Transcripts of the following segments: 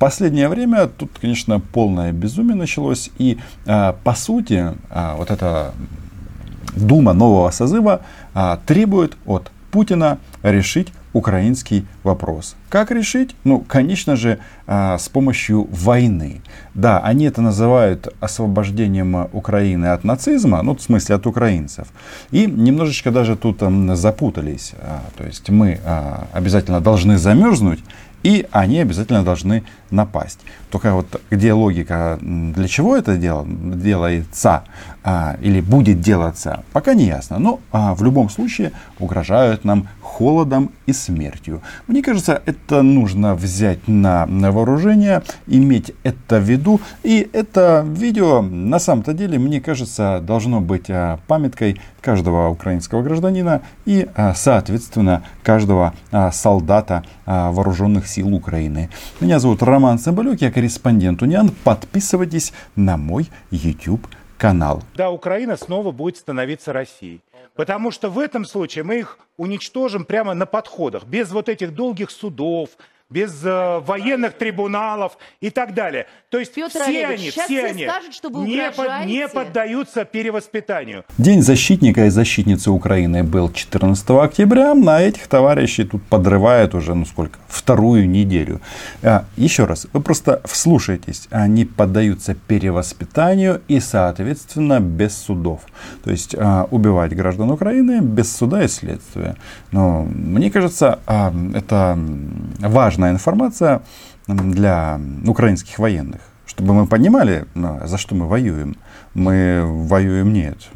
последнее время тут, конечно, полное безумие началось. И по сути, вот эта Дума нового созыва требует от Путина решить украинский вопрос. Как решить? Ну, конечно же, с помощью войны. Да, они это называют освобождением Украины от нацизма, ну, в смысле от украинцев. И немножечко даже тут запутались. То есть мы обязательно должны замерзнуть, и они обязательно должны напасть. Только вот где логика, для чего это делается или будет делаться, пока не ясно. Но в любом случае угрожают нам холодом и смертью. Мне кажется, это нужно взять на вооружение, иметь это в виду. И это видео, на самом-то деле, мне кажется, должно быть памяткой каждого украинского гражданина и, соответственно, каждого солдата вооруженных сил Украины. Меня зовут Роман Цымбалюк, я корреспондент Униан. Подписывайтесь на мой YouTube канал. Да, Украина снова будет становиться Россией. Потому что в этом случае мы их уничтожим прямо на подходах, без вот этих долгих судов, без военных трибуналов и так далее. То есть Петр все Олегович, они скажут, что вы не поддаются перевоспитанию. День защитника и защитницы Украины был 14 октября. На этих товарищей тут подрывают уже, вторую неделю. Еще раз, вы просто вслушайтесь. Они поддаются перевоспитанию и, соответственно, без судов. То есть убивать граждан Украины без суда и следствия. Но мне кажется, это важная информация для украинских военных, чтобы мы понимали, за что мы воюем. Мы воюем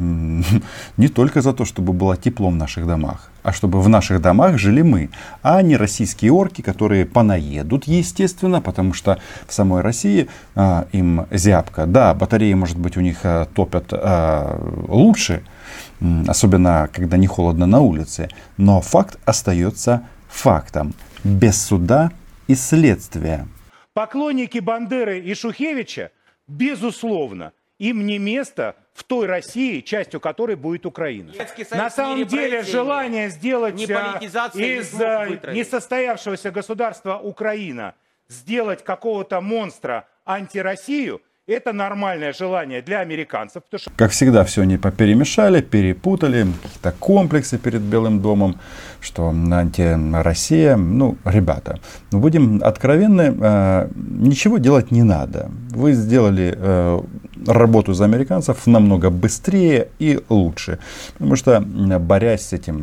не только за то, чтобы было тепло в наших домах, а чтобы в наших домах жили мы, а не российские орки, которые понаедут, естественно, потому что в самой России им зябко. Да, батареи, может быть, у них топят лучше, особенно когда не холодно на улице, но факт остается фактом. Без суда и следствия. Поклонники Бандеры и Шухевича, безусловно, им не место в той России, частью которой будет Украина. На самом деле желание сделать из несостоявшегося государства Украина, сделать какого-то монстра антироссию, это нормальное желание для американцев. Потому что... Как всегда, все они поперемешали, перепутали, какие-то комплексы перед Белым домом, что антироссия. Ребята, будем откровенны, ничего делать не надо. Вы сделали работу за американцев намного быстрее и лучше. Потому что, борясь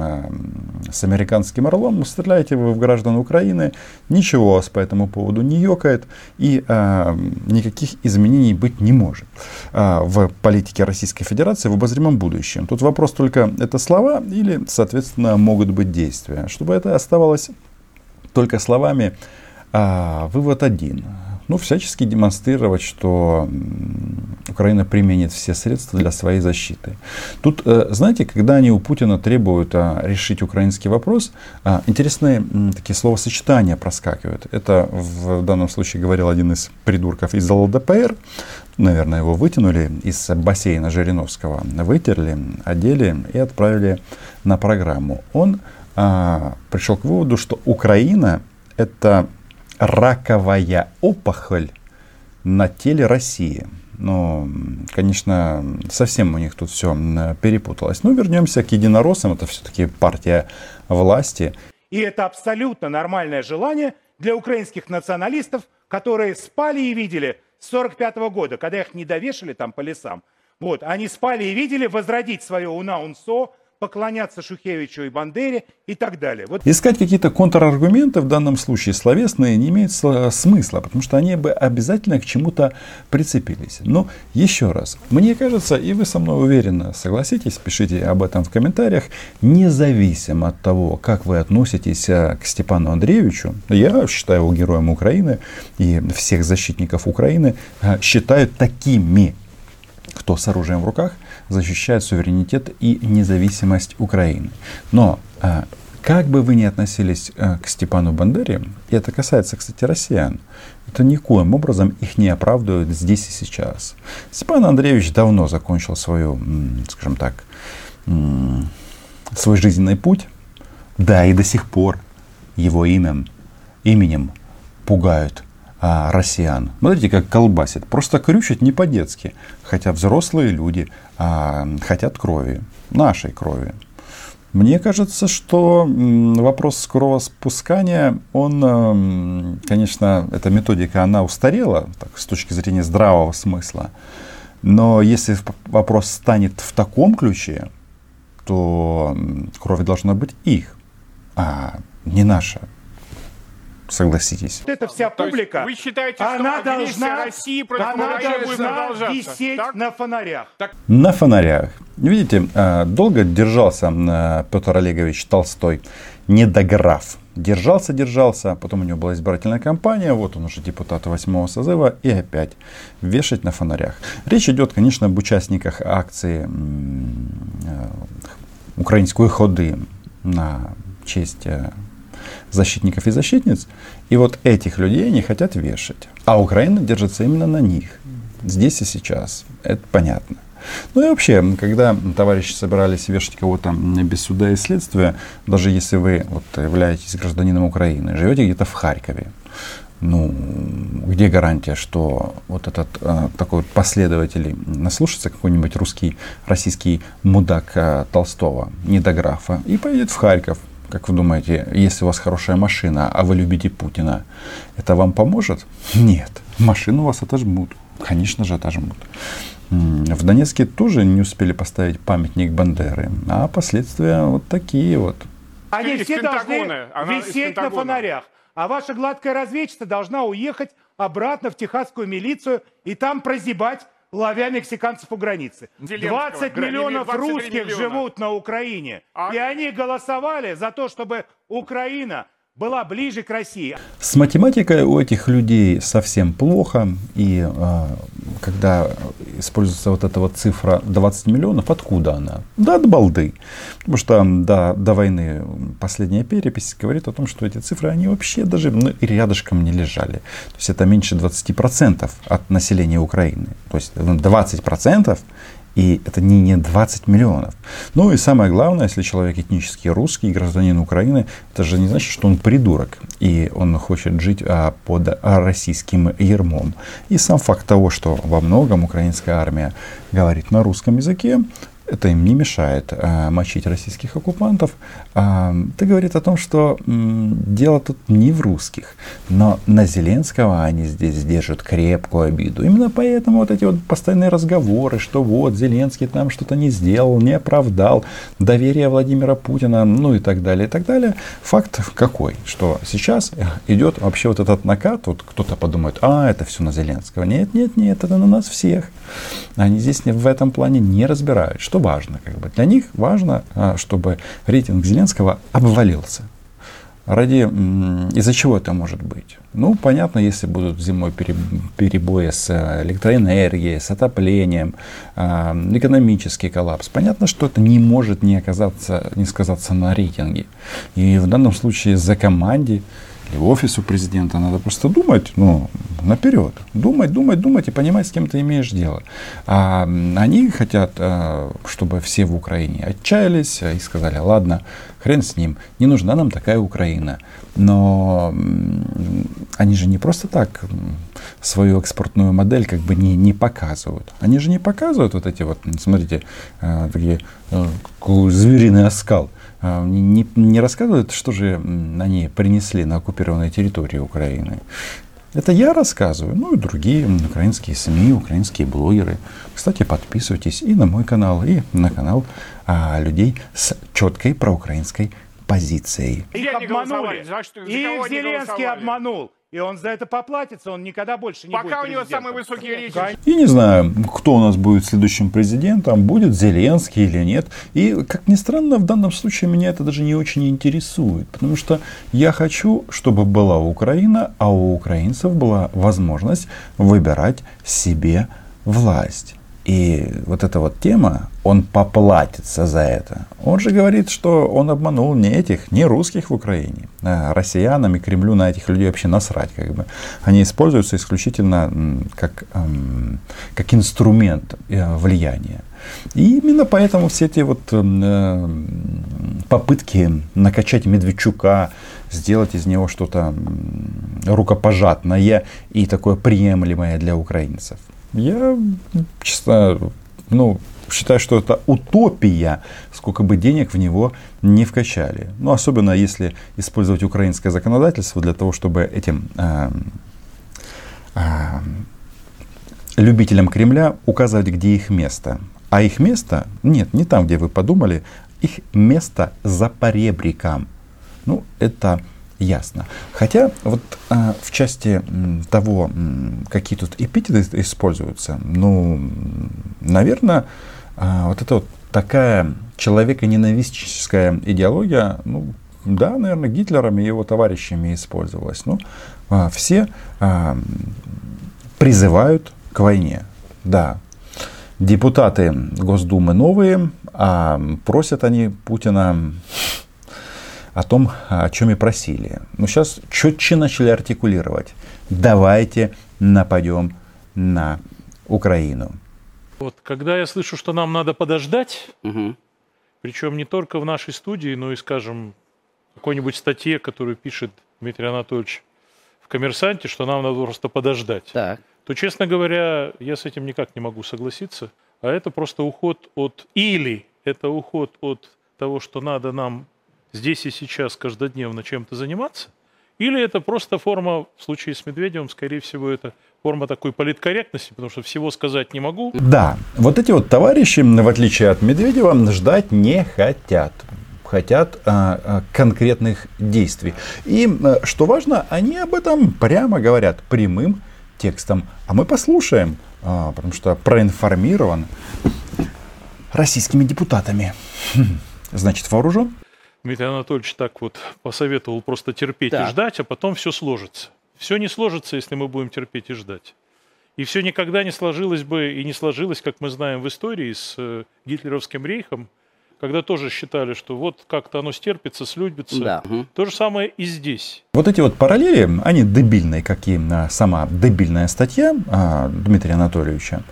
с американским орлом, стреляете вы в граждан Украины, ничего у вас по этому поводу не ёкает, и никаких изменений быть не может в политике Российской Федерации в обозримом будущем. Тут вопрос только, это слова или, соответственно, могут быть действия. Чтобы это оставалось только словами, вывод один. Всячески демонстрировать, что Украина применит все средства для своей защиты. Тут, знаете, когда они у Путина требуют решить украинский вопрос, интересные такие словосочетания проскакивают. Это в данном случае говорил один из придурков из ЛДПР. Наверное, его вытянули из бассейна Жириновского, вытерли, одели и отправили на программу. Он пришел к выводу, что Украина — это раковая опухоль на теле России. Конечно, совсем у них тут все перепуталось. Вернемся к единороссам. Это все-таки партия власти. И это абсолютно нормальное желание для украинских националистов, которые спали и видели с 1945 года, когда их не довешали там по лесам. Они спали и видели возродить свое уна-унсо, поклоняться Шухевичу и Бандере и так далее. Искать какие-то контраргументы в данном случае словесные не имеет смысла, потому что они бы обязательно к чему-то прицепились. Но еще раз, мне кажется, и вы со мной уверенно согласитесь, пишите об этом в комментариях, независимо от того, как вы относитесь к Степану Андреевичу, я считаю его героем Украины, и всех защитников Украины считают такими, кто с оружием в руках защищает суверенитет и независимость Украины. Но как бы вы ни относились к Степану Бандере, и это касается, кстати, россиян, это никоим образом их не оправдывает здесь и сейчас. Степан Андреевич давно закончил свою, скажем так, свой жизненный путь. Да, и до сих пор его именем пугают россиян. Смотрите, как колбасит. Просто крючит не по-детски. Хотя взрослые люди хотят крови. Нашей крови. Мне кажется, что вопрос кровоспускания, он, конечно, эта методика, она устарела так, с точки зрения здравого смысла. Но если вопрос станет в таком ключе, то кровь должна быть их, а не наша. Согласитесь. Это вся публика, вы считаете, она что должна, России против она будет должна продолжаться, висеть так? на фонарях. На фонарях. Видите, долго держался Петр Олегович Толстой, недограф. Держался, потом у него была избирательная кампания, вот он уже депутат 8-го созыва, и опять вешать на фонарях. Речь идет, конечно, об участниках акции «Украинской ходы» на честь защитников и защитниц. И вот этих людей не хотят вешать. А Украина держится именно на них. Здесь и сейчас. Это понятно. Ну и вообще, когда товарищи собирались вешать кого-то без суда и следствия, даже если вы вот являетесь гражданином Украины, живете где-то в Харькове, ну, где гарантия, что вот этот такой вот последователь наслушается какой-нибудь российский мудак Толстого, недографа, и поедет в Харьков. Как вы думаете, если у вас хорошая машина, а вы любите Путина, это вам поможет? Нет. Машину у вас отожмут. Конечно же, отожмут. В Донецке тоже не успели поставить памятник Бандеры, а последствия вот такие вот. Они все должны висеть на фонарях. А ваша гладкая разведчица должна уехать обратно в техасскую милицию и там прозябать, ловя мексиканцев у границы. 20 миллионов русских живут на Украине. И они голосовали за то, чтобы Украина была ближе к России. С математикой у этих людей совсем плохо. И когда используется вот эта вот цифра 20 миллионов, откуда она? Да, от балды. Потому что до войны последняя перепись говорит о том, что эти цифры, они вообще даже и рядышком не лежали. То есть это меньше 20% от населения Украины. То есть 20%. И это не 20 миллионов. Ну и самое главное, если человек этнически русский, гражданин Украины, это же не значит, что он придурок. И он хочет жить под российским ярмом. И сам факт того, что во многом украинская армия говорит на русском языке, это им не мешает мочить российских оккупантов. Это говорит о том, что дело тут не в русских, но на Зеленского они здесь держат крепкую обиду. Именно поэтому вот эти вот постоянные разговоры, что вот Зеленский там что-то не сделал, не оправдал доверие Владимира Путина, ну и так далее, и так далее. Факт какой? Что сейчас идет вообще вот этот накат, вот кто-то подумает, это все на Зеленского. Нет, это на нас всех. Они здесь в этом плане не разбирают. Что важно? Для них важно, чтобы рейтинг Зеленского обвалился. Из-за чего это может быть? Ну, понятно, если будут зимой перебои с электроэнергией, с отоплением, экономический коллапс. Понятно, что это не может не сказаться на рейтинге. И в данном случае за команде и офису президента надо просто думать, наперед. Думать и понимать, с кем ты имеешь дело. А они хотят, чтобы все в Украине отчаялись и сказали, ладно, хрен с ним, не нужна нам такая Украина. Но они же не просто так свою экспортную модель не показывают. Они же не показывают вот эти вот, смотрите, такие звериный оскал. Не рассказывают, что же они принесли на оккупированной территории Украины. Это я рассказываю, и другие украинские СМИ, украинские блогеры. Кстати, подписывайтесь и на мой канал, и на канал людей с четкой проукраинской позицией. Их обманули. Их Зеленский обманул. И он за это поплатится, он никогда больше не будет президентом. Пока у него самые высокие рейтинги. И не знаю, кто у нас будет следующим президентом, будет Зеленский или нет. И, как ни странно, в данном случае меня это даже не очень интересует. Потому что я хочу, чтобы была Украина, а у украинцев была возможность выбирать себе власть. И вот эта вот тема, он поплатится за это. Он же говорит, что он обманул не русских в Украине. Россиянам и Кремлю на этих людей вообще насрать. Они используются исключительно как инструмент влияния. И именно поэтому все эти вот попытки накачать Медведчука, сделать из него что-то рукопожатное и такое приемлемое для украинцев. Я, честно, считаю, что это утопия, сколько бы денег в него не вкачали. Особенно если использовать украинское законодательство для того, чтобы этим любителям Кремля указывать, где их место. А их место, нет, не там, где вы подумали, их место за поребриком. Это ясно. Хотя вот в части того, какие тут эпитеты используются, наверное, вот это вот такая человеконенавистническая идеология, да, наверное, Гитлером и его товарищами использовалась. Все призывают к войне. Да, депутаты Госдумы новые, а просят они Путина о том, о чем и просили. Сейчас четче начали артикулировать. Давайте нападем на Украину. Вот, когда я слышу, что нам надо подождать, причем не только в нашей студии, но и, скажем, в какой-нибудь статье, которую пишет Дмитрий Анатольевич в «Коммерсанте», что нам надо просто подождать, то, честно говоря, я с этим никак не могу согласиться. А это просто уход от... Или это уход от того, что надо нам здесь и сейчас каждодневно чем-то заниматься, или это просто форма, в случае с Медведевым, скорее всего, это форма такой политкорректности, потому что всего сказать не могу. Да, вот эти вот товарищи, в отличие от Медведева, ждать не хотят. Хотят конкретных действий. И, что важно, они об этом прямо говорят, прямым текстом. А мы послушаем, потому что проинформирован российскими депутатами. Значит, вооружен? Дмитрий Анатольевич так вот посоветовал просто терпеть и ждать, а потом все сложится. Все не сложится, если мы будем терпеть и ждать. И все никогда не сложилось бы, и не сложилось, как мы знаем в истории, с гитлеровским рейхом, когда тоже считали, что вот как-то оно стерпится, слюбится. Да. То же самое и здесь. Вот эти вот параллели, они дебильные, как и сама дебильная статья Дмитрия Анатольевича.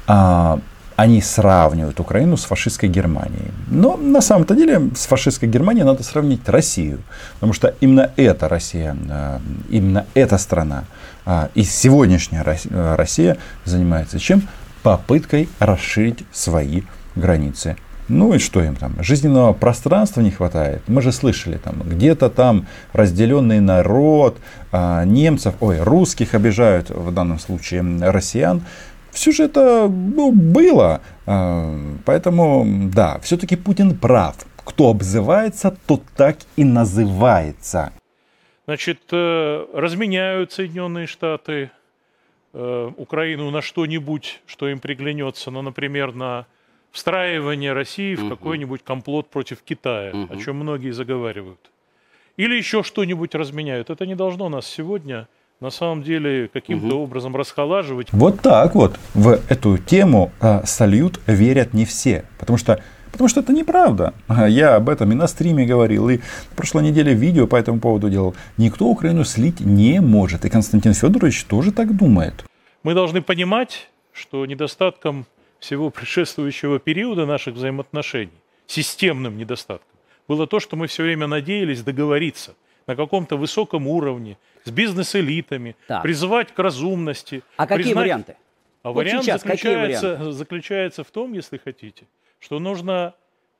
Они сравнивают Украину с фашистской Германией. Но на самом-то деле с фашистской Германией надо сравнить Россию. Потому что именно эта Россия, именно эта страна и сегодняшняя Россия занимается чем? Попыткой расширить свои границы. И что им там? Жизненного пространства не хватает. Мы же слышали, где-то там разделенный народ, русских обижают, в данном случае россиян. Все же это было. Поэтому, да, все-таки Путин прав. Кто обзывается, тот так и называется. Значит, разменяют Соединенные Штаты Украину на что-нибудь, что им приглянется, например, на встраивание России в какой-нибудь комплот против Китая, о чем многие заговаривают. Или еще что-нибудь разменяют. Это не должно нас сегодня на самом деле каким-то образом расхолаживать. Вот так вот в эту тему сольют, верят не все. Потому что это неправда. Я об этом и на стриме говорил, и в прошлой неделе видео по этому поводу делал. Никто Украину слить не может. И Константин Федорович тоже так думает. Мы должны понимать, что недостатком всего предшествующего периода наших взаимоотношений, системным недостатком, было то, что мы все время надеялись договориться на каком-то высоком уровне, с бизнес-элитами, призывать к разумности. А какие варианты? А вот вариант заключается в том, если хотите, что нужно...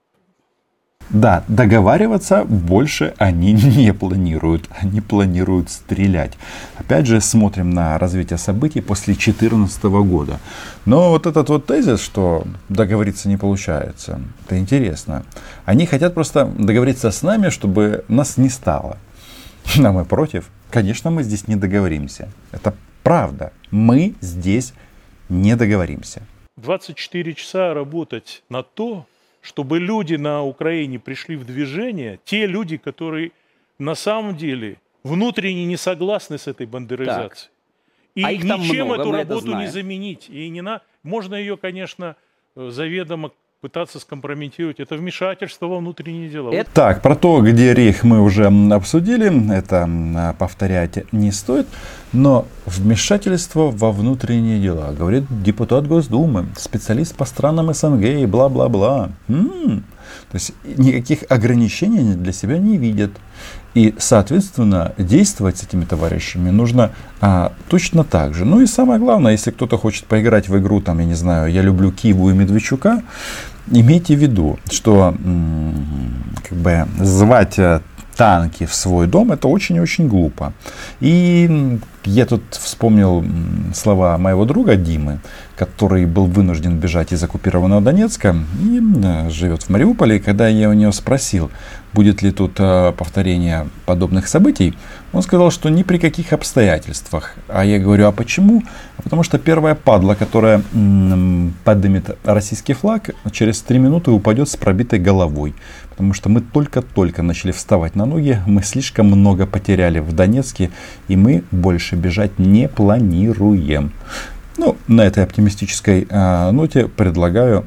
Да, договариваться больше они не планируют. Они планируют стрелять. Опять же, смотрим на развитие событий после 2014 года. Но вот этот вот тезис, что договориться не получается, это интересно. Они хотят просто договориться с нами, чтобы нас не стало. А мы против. Конечно, мы здесь не договоримся. Это правда. Мы здесь не договоримся. 24 часа работать на то, чтобы люди на Украине пришли в движение, те люди, которые на самом деле внутренне не согласны с этой бандеризацией. И ничем эту работу не заменить. И можно ее, конечно, заведомо пытаться скомпрометировать. Это вмешательство во внутренние дела. Так, про то, где рейх, мы уже обсудили. Это повторять не стоит. Но вмешательство во внутренние дела, говорит депутат Госдумы, специалист по странам СНГ и бла-бла-бла. То есть никаких ограничений для себя не видят. И, соответственно, действовать с этими товарищами нужно точно так же. Ну и самое главное, если кто-то хочет поиграть в игру, там, я не знаю, я люблю Киву и Медведчука, имейте в виду, что как бы звать танки в свой дом — это очень-очень глупо. И я тут вспомнил слова моего друга Димы, который был вынужден бежать из оккупированного Донецка и живет в Мариуполе. И когда я у него спросил, будет ли тут повторение подобных событий, он сказал, что ни при каких обстоятельствах. А я говорю, а почему? Потому что первая падла, которая поднимет российский флаг, через 3 минуты упадет с пробитой головой. Потому что мы только-только начали вставать на ноги, мы слишком много потеряли в Донецке, и мы больше бежать не планируем. Ну, на этой оптимистической ноте предлагаю,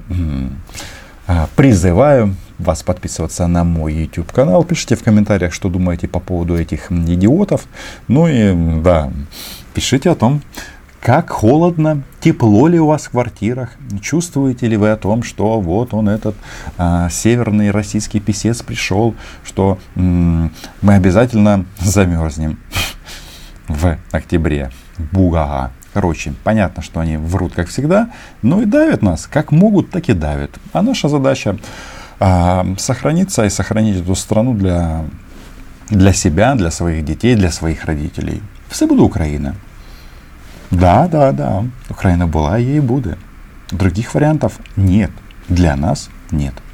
призываю вас подписываться на мой YouTube канал. Пишите в комментариях, что думаете по поводу этих идиотов. Ну и да, пишите о том, как холодно, тепло ли у вас в квартирах, чувствуете ли вы о том, что вот он, этот северный российский писец пришел, что мы обязательно замерзнем в октябре. Бугага. Короче, понятно, что они врут, как всегда, но и давят нас, как могут, так и давят. А наша задача сохраниться и сохранить эту страну для себя, для своих детей, для своих родителей. Все буде Украина. Да, Украина была, ей и будет. Других вариантов нет. Для нас нет.